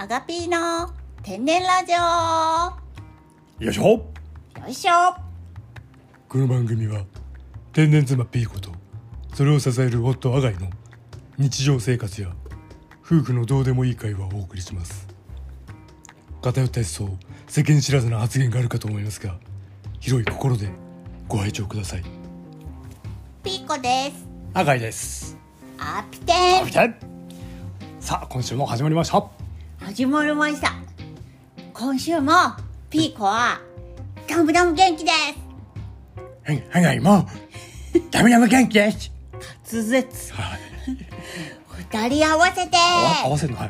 アガピーの天然ラジオ。 よいしょ。 よいしょ。 この番組は天然妻ピーコとそれを支える夫アガイの日常生活や夫婦のどうでもいい会話をお送りします。偏った思想、世間知らずな発言があるかと思いますが、広い心でご拝聴ください。 ピーコです。 アガイです。 アピテン。 さあ今週も始まりました。 始まりました。今週もピーコはダムダム元気です。 アガイもダムダム元気です。 滑舌、 はい、 二人合わせて合わせるの、はい、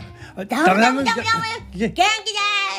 ダムダムダムダム元気です。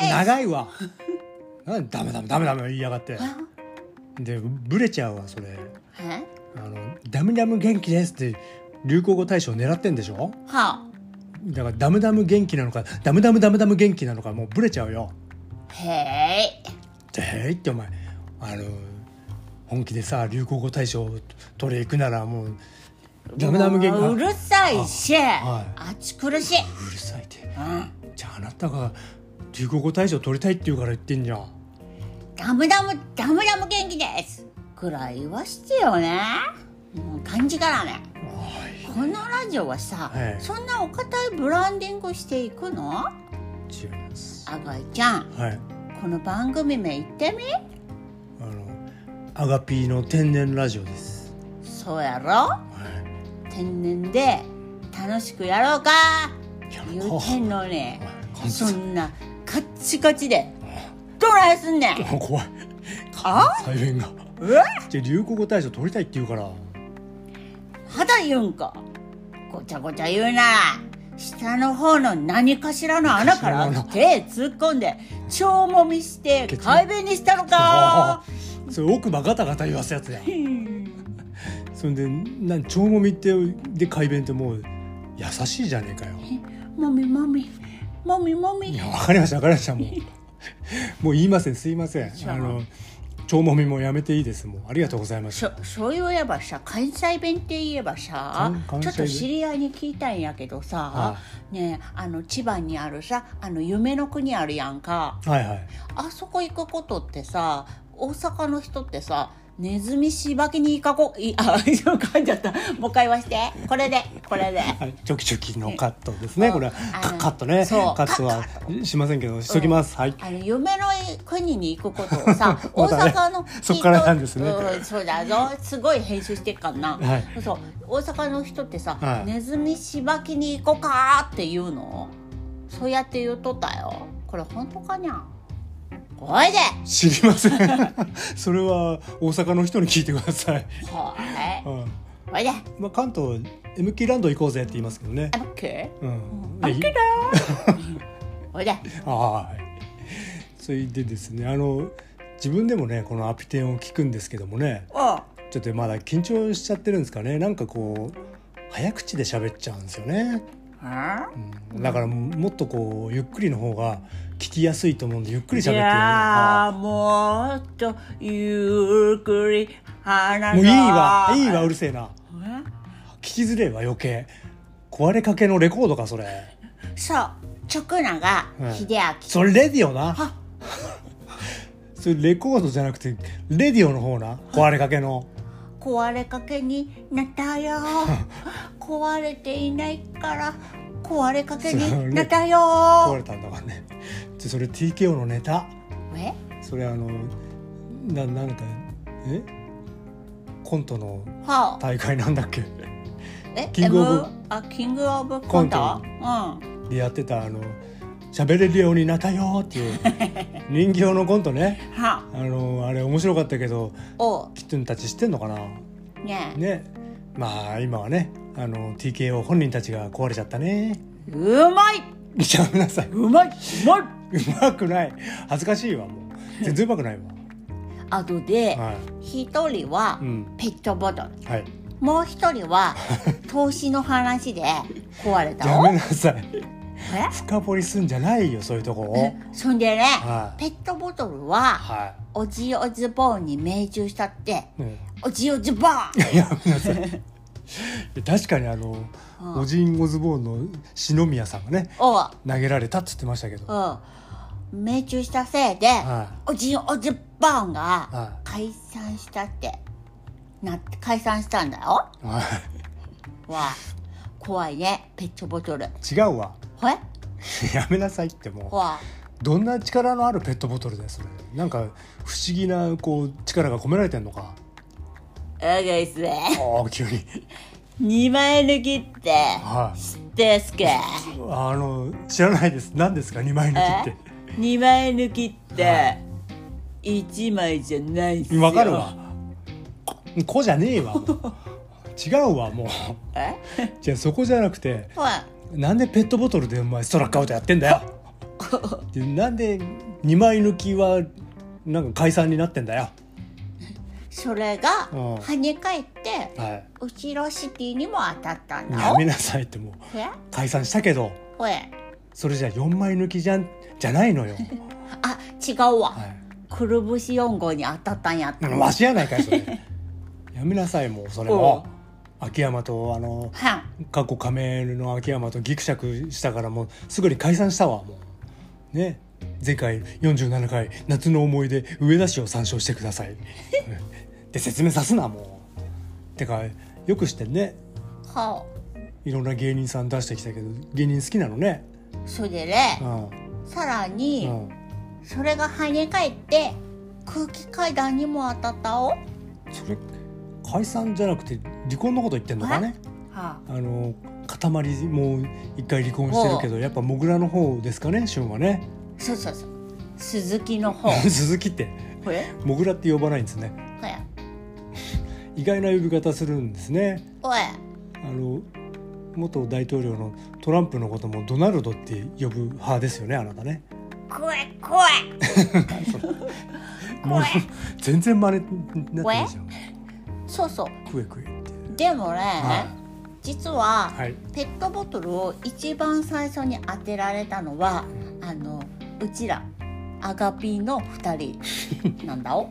長いわ。ダメ言いやがって。でブレちゃうわそれ。ダムダム元気ですって流行語大賞狙ってんでしょ。 はあ、 だからダムダム元気なのかダムダム元気なのかもうブレちゃうよ。 へーいってお前本気でさ流行語大賞取り行くならもうダムダム元気。 うるさいし、 あっち苦しい。 うるさいって、じゃああなたが流行語大賞取りたいって言うから言ってんじゃん。 ダムダム元気ですくらい言わしてよね。もう感じからね。このラジオはさ、そんなお堅いブランディングしていくの？ 違います。 アガイちゃん、この番組名言ってみ。 アガピーの天然ラジオです。 そうやろ、天然で楽しくやろうか言うてんのに、そんなカッチカチでどないすんねん。 怖い。再弁がじゃあ流行語大賞取りたいって言うからまだ言うんか。ごちゃごちゃ言うなら下の方の何かしらの穴から手突っ込んで腸もみして快便にしたのか。 それ奥歯ガタガタ言わすやつやそれで腸もみってで快便ってもう優しいじゃねえかよ。 もみいや分かりましたもう言いません、すいません。腸もみもやめていいです。もうありがとうございました。 そういえばさ、関西弁って言えばさ、ちょっと知り合いに聞いたんやけどさ、ねえ、千葉にあるさ夢の国あるやんか。あそこ行くことってさ、大阪の人ってさネズミしばきに噛んじゃった。もう一回言わして。これで、 チョキチョキのカットですね。これはカットね。カットはしませんけどしときます。 夢の国に行くことをさ大阪のそっからなんですね。 そうだぞ、すごい編集してっかんな。そう大阪の人ってさ、ネズミしばきに行こうかって言うの。そうやって言うとったよ。これ本当かにゃ。おいで。 知りませんそれは大阪の人に聞いてください。 おいで。 関東 MK ランド行こうぜって言いますけどね。 MK？ MK だおいで。 それでですね、自分でもねこのアピテンを聞くんですけどもね、ちょっとまだ緊張しちゃってるんですかね。なんかこう早口で喋っちゃうんですよね。だからもっとこうゆっくりの方が聞きやすいと思うんでゆっくり喋ってる。 もっとゆっくり話もういいわうるせえな。聞きづれえわ余計。壊れかけのレコードかそれ。 そう徳永英明、 それレディオなそれレコードじゃなくてレディオの方な。壊れかけの壊れかけになったよ壊れていないから壊れかけになったよ。 壊れたんだからね。それ TKO のネタ。それなんかコントの大会なんだっけ。キングオブコントでやってた喋れるようになったよっていう人形のコントね。あれ面白かったけどキットンたち知ってんのかなね。まあ今はねTKO 本人たちが壊れちゃったね。 うまい。 やめなさい。うまくない。恥ずかしいわ。もう全然うまくないわ。 あとで一人はペットボトル、もう一人は投資の話で壊れた。 やめなさい。深掘りすんじゃないよそういうとこを。 そんでね、ペットボトルはおじおずボーンに命中したって、おじおずボーンやめなさい確かにオジン・オズボーンの篠宮さんがね投げられたって言ってましたけど、 命中したせいで、オジン・オズボーンが解散したって解散したんだよ。わ怖いね。ペットボトル違うわ。やめなさいってもうどんな力のあるペットボトルだよそれ。なんか不思議なこう力が込められてんのか。急に 2枚抜きって知ってすか？ 知らないです。何ですか2枚抜きって。 2枚抜きって1枚じゃないっすよ。 わかるわ。こじゃねえわ。違うわもう。じゃあそこじゃなくて、なんでペットボトルでお前ストラックアウトやってんだよ。なんで2枚抜きはなんか解散になってんだよ。 それが跳ね返って、後ろシティにも当たったんだよ。 やめなさいってもう解散したけど、それじゃ4枚抜きじゃないのよ。 違うわ、くるぶし4号に当たったんやった。 わしやないかいそれ。やめなさいもうそれも。秋山と過去仮名の秋山とギクシャクしたからもうすぐに解散したわもうね。前回47回夏の思い出上田市を参照してくださいって説明さすなもう。てかよく知ってんね。いろんな芸人さん出してきたけど芸人好きなのね。 それでね、さらに、それが跳ね返って空気階段にも当たったお。 それ解散じゃなくて離婚のこと言ってんのかね。塊もう一回離婚してるけどやっぱモグラの方ですかね旬はね。 そう鈴木の方。 鈴木ってモグラって呼ばないんですね。意外な呼び方するんですね。元大統領のトランプのこともドナルドって呼ぶ派ですよねあなたね。 怖いもう全然真似になってるじゃん。クエクエってでもね、実は、ペットボトルを一番最初に当てられたのはうちらアガピーの2人なんだお。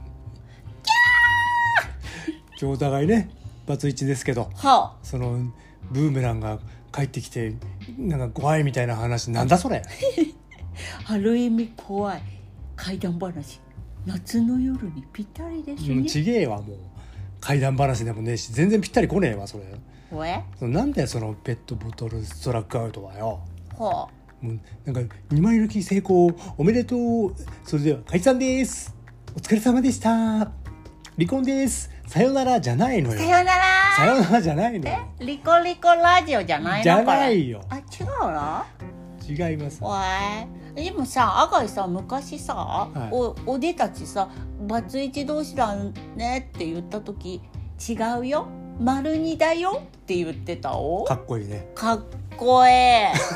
今日お互いねバツイチですけど、そのブーメランが帰ってきてなんか怖いみたいな話なんだそれ。 ある意味怖い怪談話、夏の夜にぴったりですね。 ちげえわもう。怪談話でもねえし全然ぴったりこねえわそれ。なんだよそのペットボトルストラックアウトはよ。もうなんか2枚抜き成功おめでとう。それでは解散です。お疲れ様でした。離婚です。さよならじゃないのよ。 さよならじゃないのよ。 リコリコラジオじゃないの。 じゃないよ。 違うの。 違います。 でもさアガイさ昔さ、おでたちさバツイチ同士だねって言った時違うよ丸二だよって言ってたお。 かっこいいね。 かっこええ。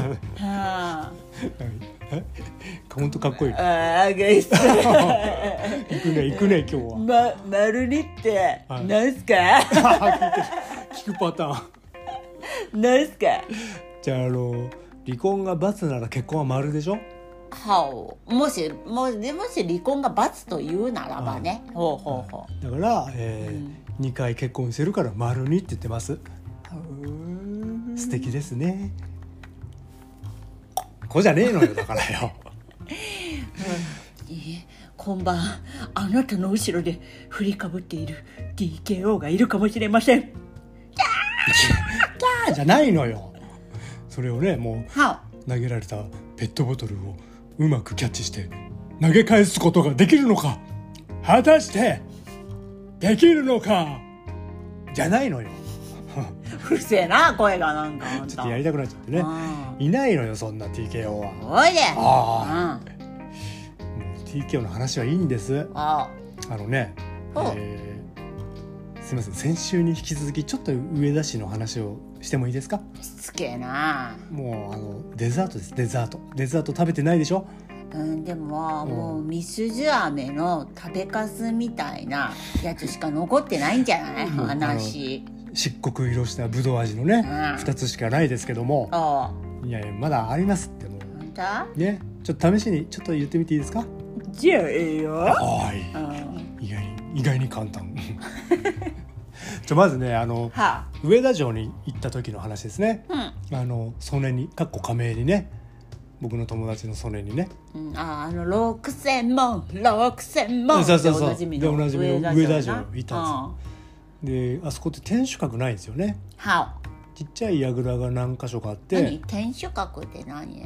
本当かっこいい。 アガイさん行くね今日は。 丸二って何すか。 聞くパターン。何すか。 じゃあ離婚が×なら結婚は丸でしょ。 もし離婚が×というならばね。 だから、2回結婚してるから丸2って言ってます。素敵ですね。こじゃねえのよだからよ。 今晩あなたの後ろで振りかぶっている TKO がいるかもしれません。キャーじゃないのよ。それをねもう投げられたペットボトルをうまくキャッチして投げ返すことができるのか、果たしてできるのかじゃないのよ。 うるせえな声がなんかちょっとやりたくなっちゃってね。いないのよそんな TKO は。 おいで。 TKO の話はいいんです。すいません先週に引き続きちょっと上田市の話をしてもいいですか。 しつけえな。 もうデザートです。デザート食べてないでしょ。 でも、もうみすじ飴の食べかすみたいなやつしか残ってないんじゃない話。 漆黒色したぶどう味のね、2つしかないですけども。いやまだありますってもう。 本当？ ねちょっと試しにちょっと言ってみていいですか。 じゃあええよ。 意外に簡単。 まずね上田城に行った時の話ですね、曽根に加盟にね、僕の友達の曽根にね、 6000問そうおなじみの上田城行ったんですよ。であそこって天守閣ないんですよね。ちっちゃい櫓が何箇所かあって。 天守閣って何？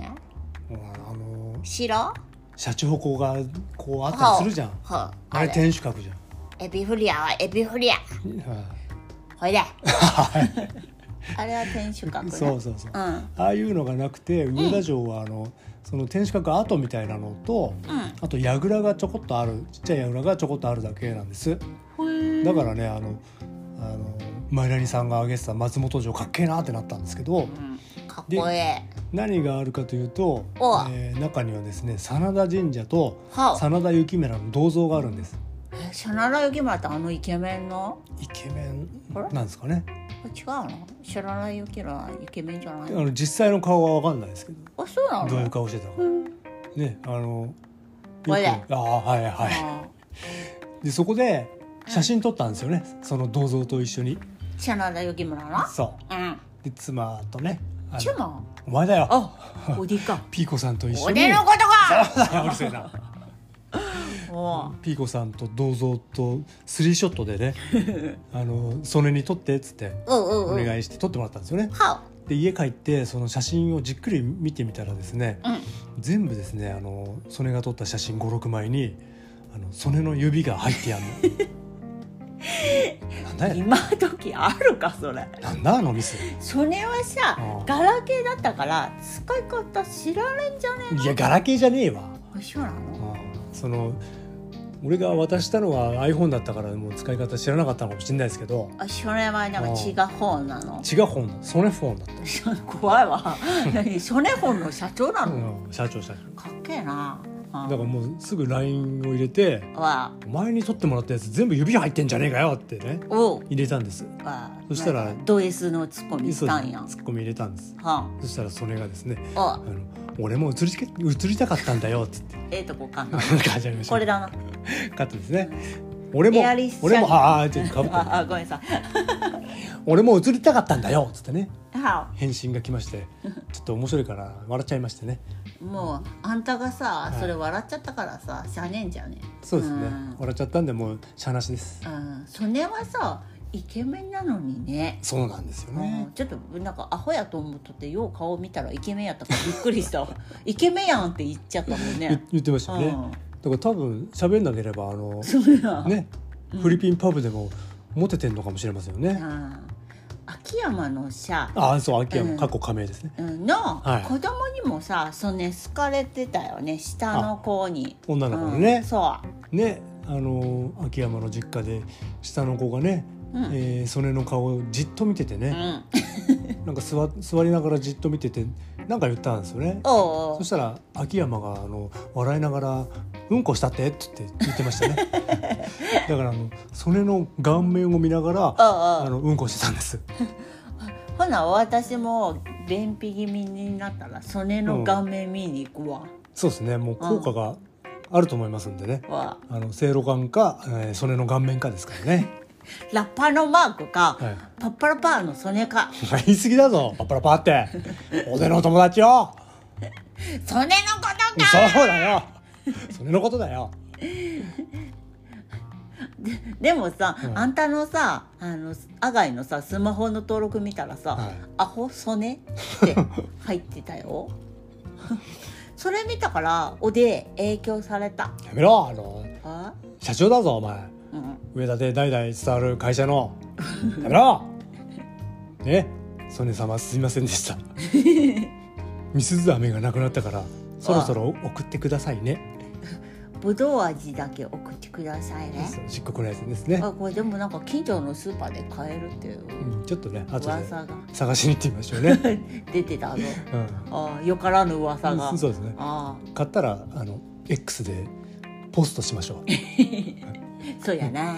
城？ シャチホコがこうあったりするじゃん。あれ天守閣じゃん。 エビフリアはエビフリア。ほいで。あれは天守閣ね。 そう、ああいうのがなくて上田城はその天守閣跡みたいなのと、あと櫓がちょこっとある、ちっちゃい櫓がちょこっとあるだけなんです。だからねマイナニさんが挙げてた松本城かっけえなってなったんですけど、 かっこいい。 何があるかというと、中にはですね真田神社と真田幸村の銅像があるんです。 真田幸村ってイケメンのイケメンなんですかね。 違うの？真田幸村はイケメンじゃない？ 実際の顔は分かんないですけど。 そうなの？ どういう顔してたか。ねこれで。 でそこで写真撮ったんですよね。その銅像と一緒に。 真田幸村の？ そう。で妻とね。 妻？ お前だよ。 おでか。 ピーコさんと一緒に。 俺のことか。 そうだよ、うるせえな。ピーコさんと銅像とスリーショットでね曽根に撮ってっつってお願いして撮ってもらったんですよね。で家帰ってその写真をじっくり見てみたらですね、全部ですね曽根が撮った写真 5,6 枚に曽根の指が入ってやんの。なんだよ今時あるかそれ。 なんだミス。 曽根はさガラケーだったから使い方知られんじゃねえの？ いやガラケーじゃねえわ。 そうなの？ 俺が渡したのは iPhone だったからもう使い方知らなかったのかもしれないですけど。 それはなんか違う方なの？ 違う方なの。ソネフォンだった。 怖いわ。ソネフォンの社長なの？ 社長。かっけえな。 だからもうすぐ LINE を入れてお前に撮ってもらったやつ全部指入ってんじゃねえかよってね入れたんです。そしたらド S のツッコミしたんや。 ツッコミ入れたんです。そしたらそれがですね俺も映りたかったんだよって言ってとこかんなこれだなカットですね。俺もちょっとごめんなさい。 俺も映りたかったんだよっつってね返信が来ましてちょっと面白いから笑っちゃいましてね。 もうあんたがさそれ笑っちゃったからさしゃあねえんじゃね。 そうですね、笑っちゃったんでもうしゃあなしです。 それはさイケメンなのにね。 そうなんですよね。 ちょっとなんかアホやと思っとってよう顔見たらイケメンやったからびっくりしたイケメンやんって言っちゃったもんね。 言ってましたね、だから多分喋んなければねフィリピンパブでもモテてんのかもしれませんよね。 秋山のさそう秋山過去加盟ですねの子供にもさ好かれてたよね下の子に。 女の子のね。 そうね秋山の実家で下の子がね曽根の顔をじっと見ててね、なんか座りながらじっと見ててなんか言ったんですよね。そしたら秋山が笑いながらうんこしたってって言ってましたね。だから曽根の顔面を見ながらうんこしてたんです。 ほな私も便秘気味になったら曽根の顔面見に行くわ。 そうですね、もう効果があると思いますんでね。せいろがんか曽根の顔面かですからね。 ラッパーのマークか、パッパラパーの曽根か。 言い過ぎだぞパッパラパーって俺の友達よ。 曽根のことか。 そうだよ曽根のことだよ。 でもさ、あんたのさアガイのさスマホの登録見たらさ、アホ曽根って入ってたよ。それ見たからおで影響された。 やめろ社長だぞお前、上田で代々伝わる会社のやめろね。曽根様すみませんでした。みすず飴がなくなったからそろそろ送ってくださいね。 ぶどう味だけ送ってくださいね。 漆黒のやつですね。 これでもなんか近所のスーパーで買えるっていう、 ちょっとね後で噂が探しに行ってみましょうね。 出てたぞ、よからぬ噂が。 そうですね。買ったらX でポストしましょう。 そうやな。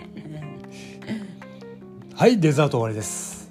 はい、デザート終わりです。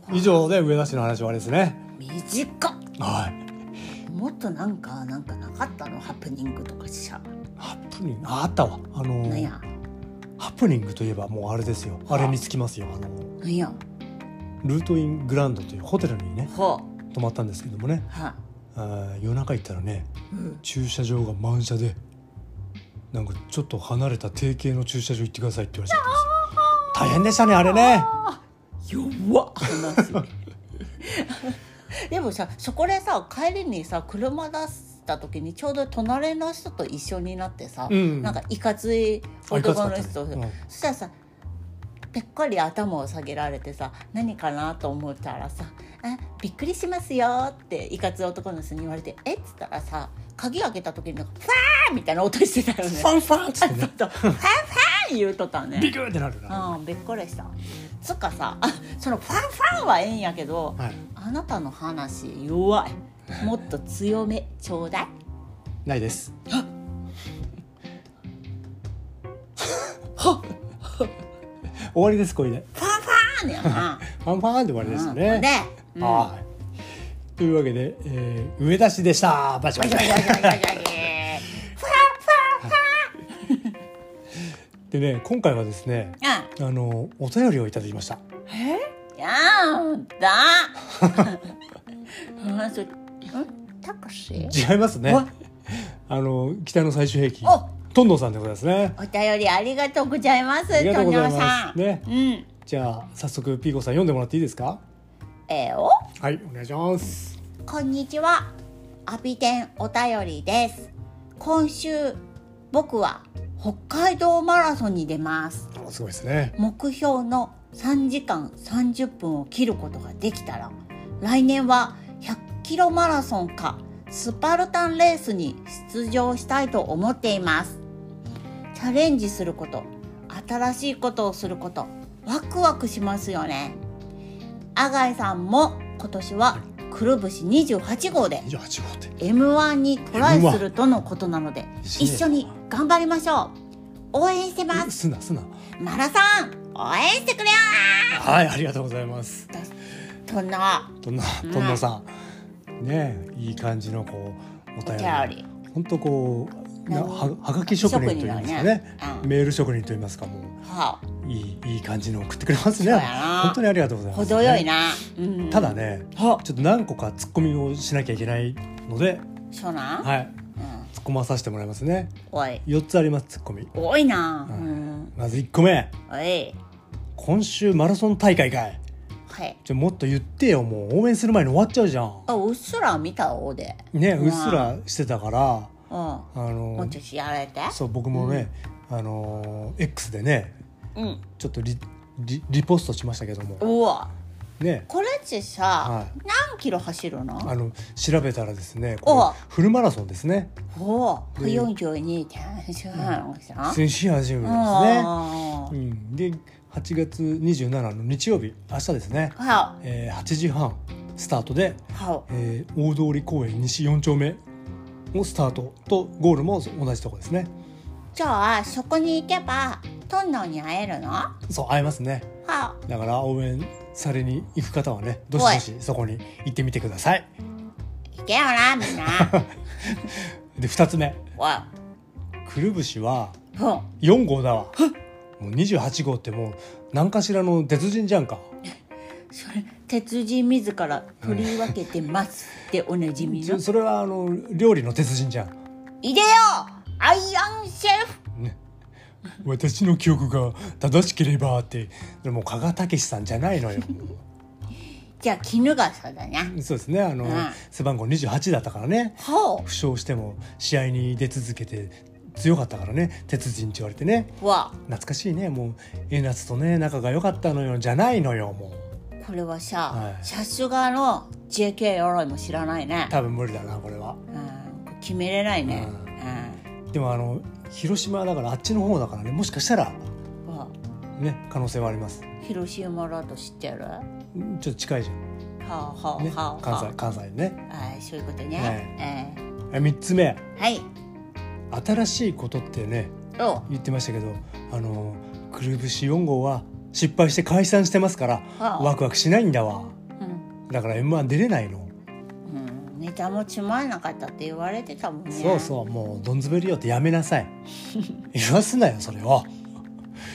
以上で上田市の話終わりですね。 短っ。 はい。 もっとなんかなかったのハプニングとかしちゃ。 ハプニングあったわ。 なんや。 ハプニングといえばもうあれですよ、あれにつきますよ。 いやルートイングランドというホテルにね泊まったんですけどもね、夜中行ったらね、駐車場が満車で、なんかちょっと離れた定型の駐車場行ってくださいって言われちゃったんですよ。大変でしたねあれね。 弱っ話でもさ、そこでさ帰りにさ車出した時にちょうど隣の人と一緒になってさ、なんかいかつい男の人、そしたらさぺっこり頭を下げられてさ、何かなと思ったらさ、びっくりしますよっていかつい男の人に言われて、っつったらさ、鍵開けた時になんかファーみたいな音してたよね。 ファンファンっつってねファンファン言うとったね。 ビクってなるな。 びっくりした。つかさ、そのファンファンはええんやけど、あなたの話弱い。もっと強めちょうだい。 ないです。終わりです。これでファンファンやな。 ファンファンで終わりですね。はい。というわけで、上田市でした。バチバチバチバチバチバチ。ファンファンファン。でね、今回はですね、お便りをいただきました。 やだ。タクシー？ 違いますね。北の最終兵器。トンノさんでございますね。 お便りありがとうございます。トンノさん。 ね。じゃあ早速ピーコさん読んでもらっていいですか？はい、お願いします。 こんにちは。アビテンお便りです。今週僕は北海道マラソンに出ます。 すごいですね。 目標の3時間30分を切ることができたら、来年は100キロマラソンかスパルタンレースに出場したいと思っています。チャレンジすること、新しいことをすること、ワクワクしますよね。阿貝さんも今年はくるぶし28号で M1 にトライするとのことなので、一緒に頑張りましょう。応援してます。マラさん応援してくれよ。 はい、ありがとうございます。 トンノさんね、いい感じのこうお便り、本当こうはがき職人といいますかね、メール職人といいますか、もういい感じの送ってくれますね。本当にありがとうございます。 程よいな。 ただね、ちょっと何個かツッコミをしなきゃいけないので、 そうなん？ はい、突っ込まさせてもらいますね。 おい。 4つあります、ツッコミ。 多いな。 まず1個目。今週マラソン大会かい。もっと言ってよ、もう応援する前に終わっちゃうじゃん。 うっすら見たおで。 ね、うっすらしてたから。 もうちょっとやられて。 そう、僕もね、X でね、ちょっとリポストしましたけども。 うわ。 ね、 これってさ、何キロ走るの？ 調べたらですね、フルマラソンですね。42.3 選手始めですね。で、8月27の日曜日、明日ですね。8時半スタートで、大通公園西4丁目のスタートとゴールも同じとこですね。 じゃあそこに行けばトンノに会えるの？そう、 会えますね。だから応援されに行く方はね、どしどしそこに行ってみてください。 行けよな、みんな。 で、2つ目、くるぶしは4号だわ。もう28号ってもう何かしらの鉄人じゃんか。 それ鉄人自ら取り分けてますっておなじみの。 それは料理の鉄人じゃん。 いでよ、アイアンシェフ、 ね、私の記憶が正しければって。でも加賀武さんじゃないのよ。 じゃあ衣笠だね。 そうですね、背番号28だったからね。負傷しても試合に出続けて強かったからね、鉄人って言われてね。懐かしいね。もう江夏とね仲が良かったのよじゃないのよ。もうこれはさ、さすがの JK 鎧も知らないね。 多分無理だな、これは。 決めれないね。 でも広島だからあっちの方だからね、もしかしたらね、可能性はあります。 広島だと知ってる？ ちょっと近いじゃん。関西ね。 そういうことね。 3つ目。 はい。 新しいことってね言ってましたけど、くるぶし4号は失敗して解散してますから、ワクワクしないんだわ。だから M1 出れないの。 ネタもつまんなかったって言われてたもんね。 そうそう、もうどんずべりよってやめなさい。言わすなよそれを。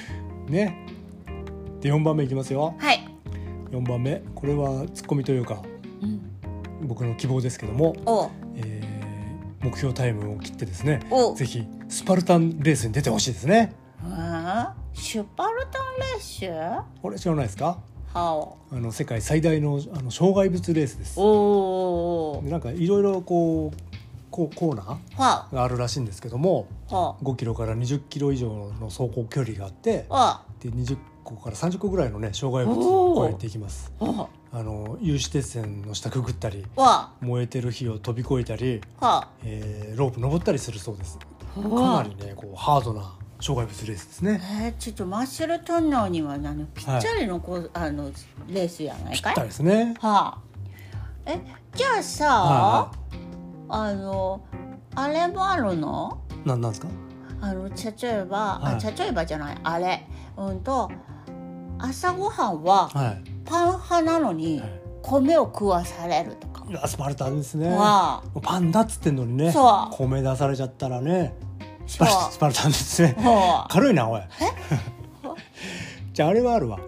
ね。で4番目いきますよ。 はい。 4番目、これはツッコミというか、僕の希望ですけども、目標タイムを切ってですね、ぜひスパルタンレースに出てほしいですね。 スパルタンレース？ これ知らないですか？世界最大の障害物レースです。なんかいろいろコーナーがあるらしいんですけども、5キロから20キロ以上の走行距離があって、で20個から30個ぐらいのね障害物を越えていきます。有刺鉄線の下くぐったり、燃えてる火を飛び越えたり、ロープ登ったりするそうです。かなりねハードな障害物レースですね。 ちょっとマッシュルトンナーにはぴっちゃりのレースやないかい？ ぴったりですね。 じゃあさ、あれもあるの？ なんですか？ 例えばじゃない、あれ朝ごはんはパン派なのに米を食わされるとか。 スパルタンですね。パンだっつってんのにね、米出されちゃったらね、スパルタンですね。軽いなおい。じゃああれはあるわ。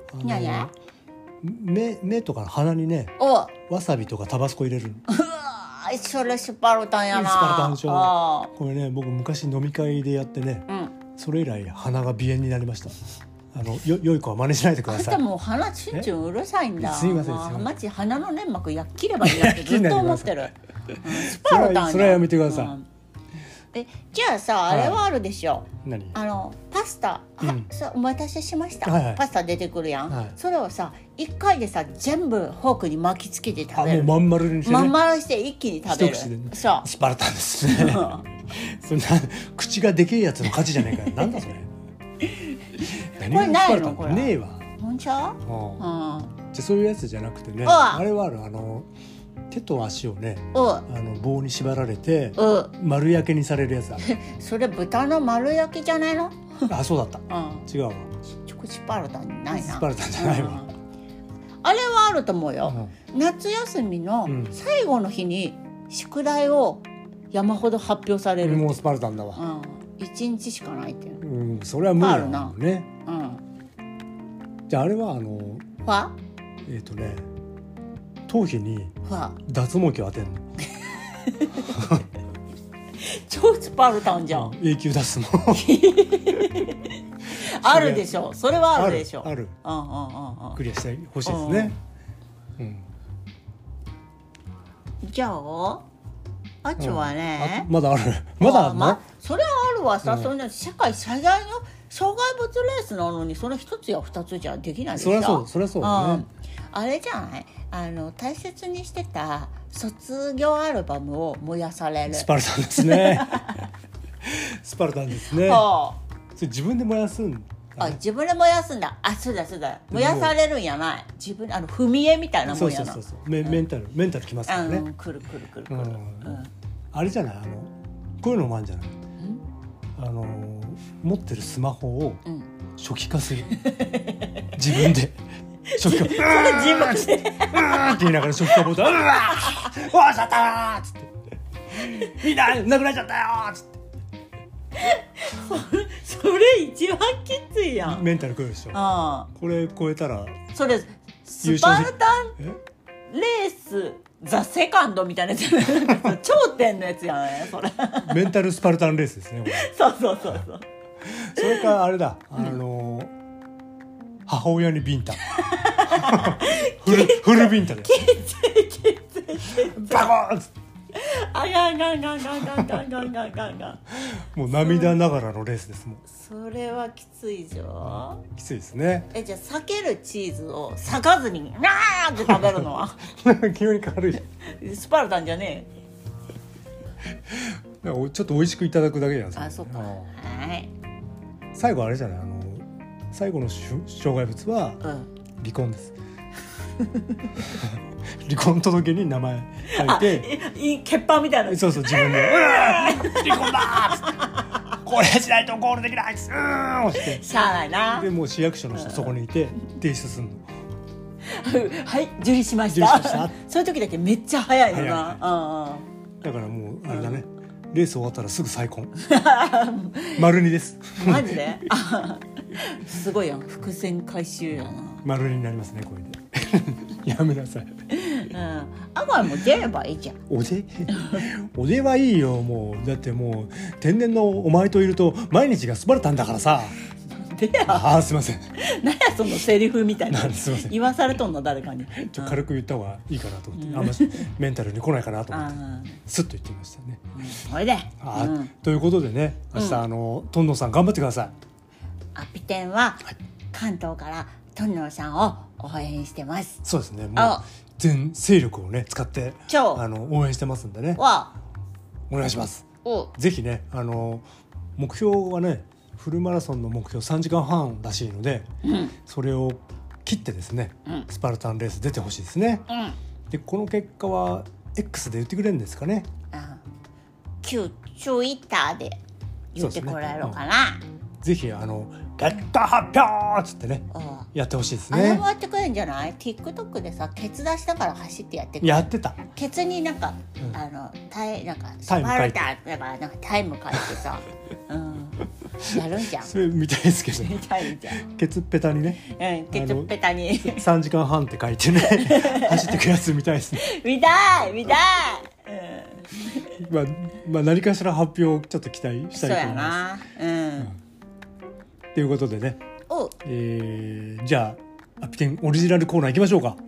目とか鼻にね、わさびとかタバスコ入れる。 それスパルタンやな。 スパルタンでしょ。これね、僕昔飲み会でやってね、それ以来鼻が鼻炎になりました。良い子は真似しないでください。 あんたもう鼻チュンチュンうるさいんだ。 すいません。 マジ鼻の粘膜やっ切ればいいなってずっと思ってる。スパルタンや。 それはやめてください。 じゃあさ、あれはあるでしょ。 何？ パスタ、お待たせしました。パスタ出てくるやん。それをさ、1回でさ全部フォークに巻きつけて食べる。 もうまん丸にしてね。 まん丸にして一気に食べる。 そう。スパルタンですね。そんな口がでけえやつの勝ちじゃないかよ。なんだそれ。 これないの？これねえわ。 ほんちゃ？ じゃそういうやつじゃなくてね、あれはある手と足をね棒に縛られて丸焼けにされるやつだ。 それ豚の丸焼きじゃないの？ そうだった。違うわ。 スパルタンないな。 スパルタンじゃないわ。 あれはあると思うよ。夏休みの最後の日に宿題を山ほど発表される。 もうスパルタンだわ。 1日しかないっていう。 それは無理だもんね。じゃああれは頭皮に脱毛器を当てるの。 超スパルタンじゃん。 永久脱毛。 あるでしょ。それはあるでしょ。 ある。クリアしてほしいですね。 じゃああとはね、 まだある。まだあるの？ それはあるわさ。そんな世界最大の障害物レースなのにそれ一つや二つじゃできないでしょ。 そりゃそうだね。 あれじゃない、大切にしてた卒業アルバムを燃やされる。 スパルタンですね。スパルタンですね。それ自分で燃やすんだ。 自分で燃やすんだ。そうだ燃やされるんやない。自分踏み絵みたいなもんやな。そうメンタルきますからね。 くる。 あれじゃない、こういうのもあるんじゃない。持ってるスマホを初期化する。自分で初期化。自分でって言いながら初期化ボタン。わーしゃったーっつって。みんななくなっちゃったよーっつって。 それ一番きついやん。 メンタルくるでしょ。これ超えたらそれスパルタンレースザ・セカンドみたいなやつ。頂点のやつやねそれ。 メンタルスパルタンレースですね。 そう。 それからあれだ、母親にビンタ。フルビンタで。 きつい。 バコーン。 ガン。 もう涙ながらのレースですもん。 それはきついぞ。 きついですね。 じゃあ裂けるチーズを裂かずにナーって食べるのは急に軽い。 スパルタンじゃねえ。ちょっと美味しくいただくだけなんですよ。 そうか。はい。 最後あれじゃない、最後の障害物は離婚です。離婚届に名前書いて、 欠板みたいな。 そう自分で離婚だこれしないとゴールできないっつってしゃあないな。 でもう市役所の人そこにいて提出するの。 はい受理しました。そういう時だけめっちゃ早いのな。 だからもうあれだね、 レース終わったらすぐ再婚丸2です。 マジですごいやん、伏線回収やな。 丸2になりますねこれでやめなさい。 あがも出ればいいじゃん。 おではいいよ。もうだってもう天然のお前といると毎日がスパルタンだからさ。 でや、 すいません。 何やそのセリフみたいな。 すいません。 言わされとんの誰かに。 軽く言った方がいいかなと思って、あんまメンタルに来ないかなと思ってスッと言ってみましたね。 これで。 ということでね、明日トンノさん頑張ってください。 アピテンは関東からトンノさんを応援してます。 そうですね。もう全勢力をね使って応援してますんでね。お願いします。ぜひね、目標はね、フルマラソンの目標3時間半らしいので、それを切ってですね、スパルタンレース出てほしいですね。でこの結果は X で言ってくれるんですかね。 旧ツイッターで言ってこられるかな。 ぜひ結果発表っつってね、やってほしいですね。 あれもやってくれるんじゃない？ TikTok でさ、ケツ出しながら走ってやってくれる。 やってた。 ケツになんかタイム書いてタイム書いてさ、やるんじゃん。 それ見たいですけど。 見たいじゃん。 ケツっぺたにね。 ケツっぺたに 3時間半って書いてね走ってくやつ見たいですね。 見たい。 まあ何かしら発表をちょっと期待したいと思います。 そうやな。 ということでね、じゃあアピテンオリジナルコーナー行きましょうか。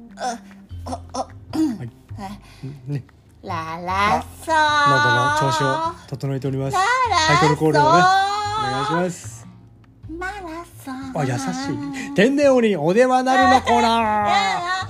ね、 ララソ喉の調子を整えております。タイトルコールをね、お願いします。 マラソン。 優しい。天然鬼おではなるのコーナ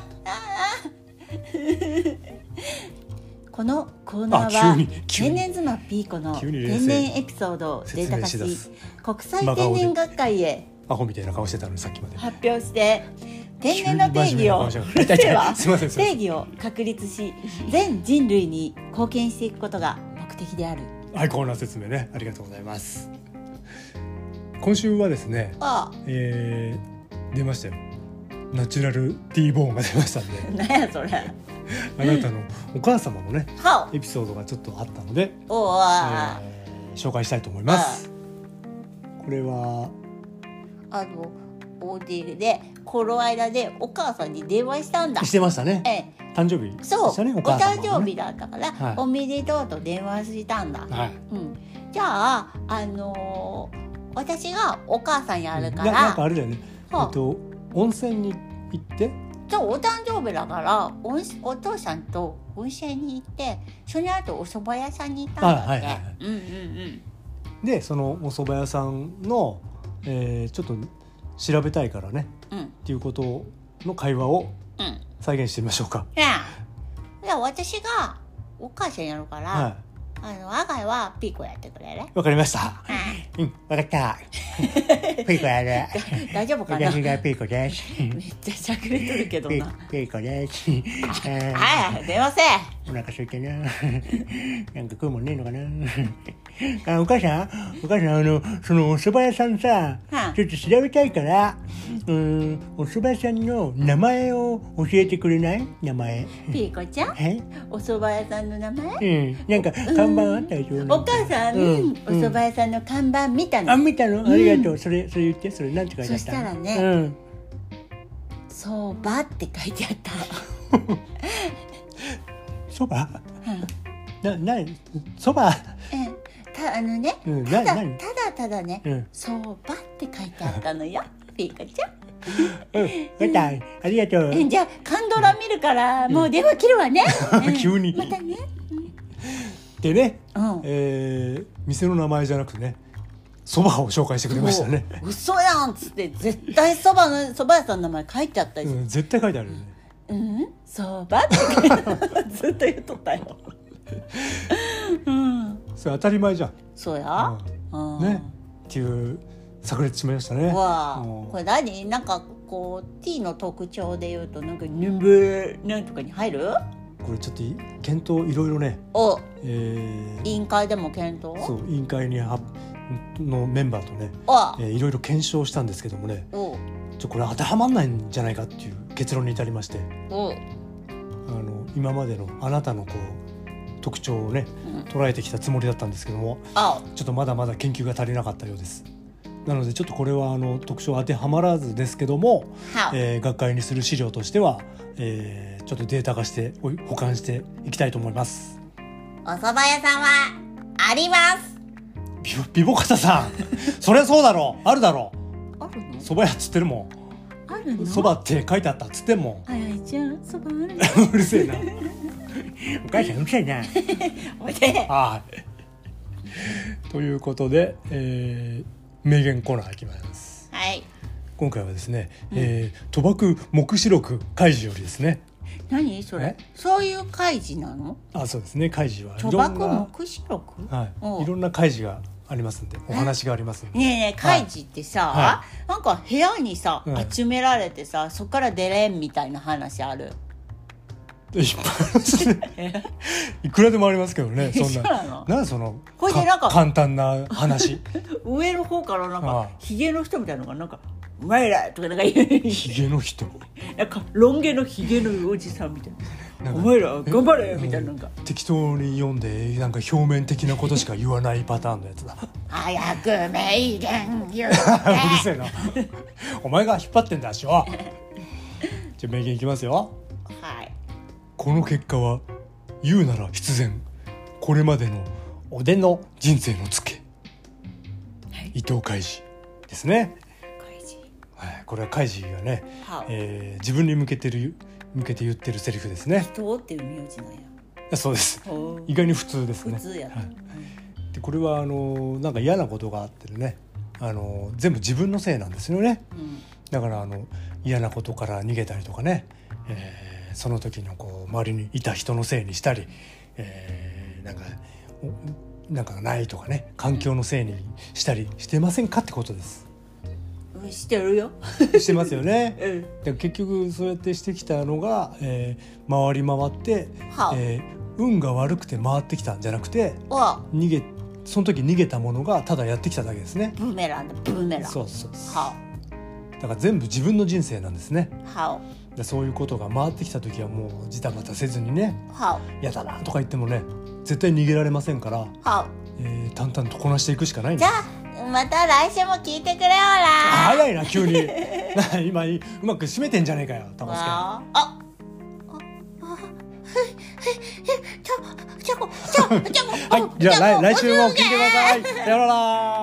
ー。このコーナーは天然妻ピーコの天然エピソードをデータ化し、国際天然学会へアホみたいな顔してたのにさっきまで発表して、天然の定義を定義を確立し、全人類に貢献していくことが目的である。 はい、コーナー説明ね、ありがとうございます。今週はですね、出ましたよ。ナチュラル T ボーンが出ましたんで。 何やそれ。 あなたのお母様のねエピソードがちょっとあったので、紹介したいと思います。これはオーディールでこの間でお母さんに電話したんだ。 してましたね。誕生日でしたね。 お誕生日だったから、おめでとうと電話したんだ。じゃあ私がお母さんやるから、 なんかあれだよね。温泉に行って。 お誕生日だからお父さんと温泉に行って、その後お蕎麦屋さんに行ったんだって。 でそのお蕎麦屋さんの、ちょっと調べたいからね、っていうことの会話を再現してみましょうか。 じゃあ私がお母さんやるから、アガイはピーコやってくれる？ わかりました。わかった。ピーコやる。 大丈夫かな？ 私がピーコです。 めっちゃしゃくれてるけどな。 ピーコです。 電話せ。 お腹空いてな。なんか食うもんねえのかな。お母さんそのお蕎麦屋さんさ、ちょっと調べたいから、お蕎麦屋さんの名前を教えてくれない？名前。 ピーコちゃん？お蕎麦屋さんの名前？ なんか看板あったでしょ。 お母さん、お蕎麦屋さんの看板見たの。 見たの？ありがとう。それ言って。それなんて書いてあった？そしたらね、そばって書いてあった。 そば？そば？ ただね、そばって書いてあったのよ、ピーコちゃん。 ありがとう。 じゃあカンドラ見るからもう電話切るわね。 急に。 またね。 でね、店の名前じゃなくてね、そばを紹介してくれましたね。 嘘やんっつって、絶対そば屋さんの名前書いてあったし。 絶対書いてあるよね。そばってずっと言っとったよ。 それ当たり前じゃん。 そうや。 ね、っていう炸裂しましたね。 これ何？なんかこう T の特徴で言うと、なんかヌンブなんとかに入る？ これちょっと検討いろいろね。 委員会でも検討？ そう、委員会のメンバーとね、いろいろ検証したんですけどもね、これ当てはまんないんじゃないかっていう結論に至りまして、今までのあなたのこう特徴をね、捉えてきたつもりだったんですけども、ちょっとまだまだ研究が足りなかったようです。なのでちょっとこれは特徴当てはまらずですけども、学会にする資料としては、ちょっとデータ化して保管していきたいと思います。 お蕎麦屋さんはあります。 ビボカタさんそりゃそうだろう、あるだろう。 あるの？ 蕎麦屋っつってるもん。 あるの？ 蕎麦って書いてあったっつってんもん。 あやいちゃん蕎麦あるうるせえなお母さんうるせえなおいで。 ということで、名言コーナーいきます。 はい。 今回はですね、賭博黙示録開示よりですね。 何それ？そういう開示なの？ そうですね。開示は賭博黙示録？ いろんな開示がありますんで、お話がありますんで。 ねえ開示ってさ、なんか部屋にさ、集められてさ、そこから出れんみたいな話ある？ いっぱいありますねいくらでもありますけどね。そんななんそのこれでなんか簡単な話上の方からなんかヒゲの人みたいなのがなんかうまいらとかなんか言うヒゲの人なんかロン毛のヒゲのおじさんみたいな、お前ら頑張れみたいな、なんか適当に読んでなんか表面的なことしか言わないパターンのやつだ早く名言言うてうるせえなお前が引っ張ってんだ足をじゃあ名言いきますよ。 はい。 この結果は言うなら必然これまでの俺の人生のツケ、伊藤開示ですね。これは開示がね、自分に向けて言ってるセリフですね。 伊藤っていう名字なんや。 そうです。意外に普通ですね。 普通や、 でこれはなんか嫌なことがあってね、全部自分のせいなんですよね。だから嫌なことから逃げたりとかね、その時の周りにいた人のせいにしたり、なんかないとかね、環境のせいにしたりしてませんかってことです。 してるよしてますよね、で結局そうやってしてきたのが、回り回って、運が悪くて回ってきたんじゃなくて、その時逃げたものがただやってきただけですね。 ブーメランだブーメラン。 そうだから全部自分の人生なんですね。でそういうことが回ってきた時はもうジタバタせずにね、やだなとか言ってもね絶対逃げられませんから、淡々とこなしていくしかないんです。 じゃあまた来週も聞いてくれよな。 早いな急に今うまく締めてんじゃねえかよタコスケ。じゃあ来週も聞いてください。さよなら。